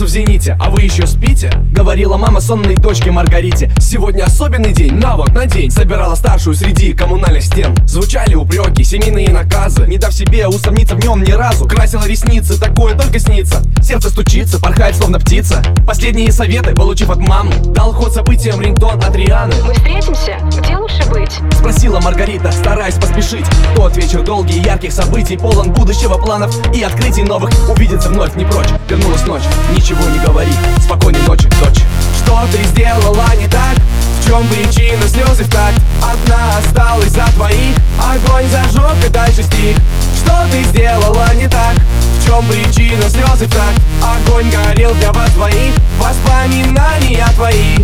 солнце в зените, а вы еще спите? Говорила мама сонной дочке Маргарите. Сегодня особенный день, на вот, надень. Собирала старшую среди коммунальных стен. Звучали упреки, семейные наказы. Не дав себе усомниться в нем ни разу. Красила ресницы, такое только снится. Сердце стучится, порхает словно птица. Последние советы, получив от мамы, дал ход событиям рингтон от Рианы. Мы встретимся? Где лучше быть? Спросила Маргарита, стараясь поспешить. Тот вечер долгий, ярких событий, полон будущего, планов и открытий новых. Увидеться вновь не прочь, вернулась ночь. Ничего не говори, спокойной ночи, дочь. Что ты сделала не так? В чем причина слезы в такт? Одна осталась за твоих, огонь зажег и дальше стих. Что ты сделала не так? В чем причина слезы в такт? Огонь горел для вас двоих, воспоминания твои.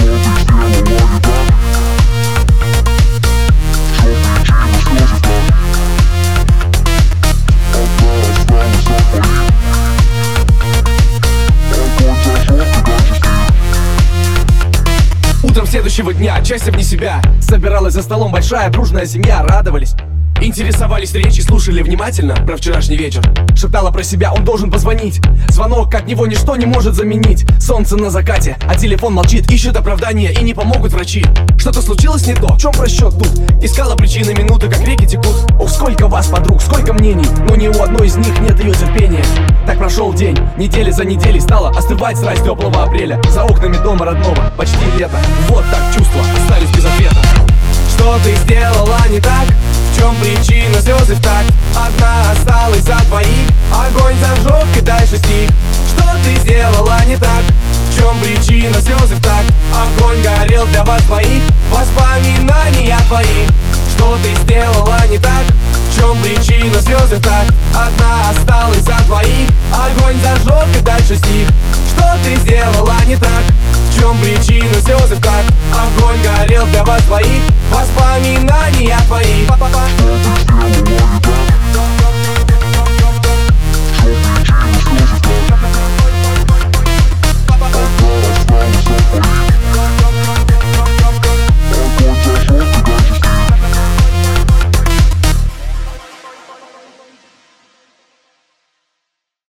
Утром следующего дня, счастье вне себя, собиралась за столом большая дружная семья. Радовались, интересовались речи, слушали внимательно про вчерашний вечер. Шептала про себя, он должен позвонить. Звонок, как него ничто не может заменить. Солнце на закате, а телефон молчит. Ищет оправдания и не помогут врачи. Что-то случилось не то, в чем просчет тут? Искала причины, минуты как реки текут. Ох, сколько вас, подруг, сколько мнений, но ни у одной из них нет ее терпения. Так прошел день, недели за неделей стала остывать страсть теплого апреля. За окнами дома родного, почти лето. Вот так чувства остались без ответа. Что ты сделала не так? В чем причина слезы в такт? Одна осталась за двоих, огонь зажег и дальше стих. Что ты сделала не так? В чем причина слезы в такт? Огонь горел для вас двоих, воспоминания твои. Что ты сделала не так? В чем причина слезы в такт? Одна осталась за двоих, огонь зажег и дальше стих. Что ты сделала не так? В чем причина слезы в такт? Огонь горел для вас двоих, воспоминания твои.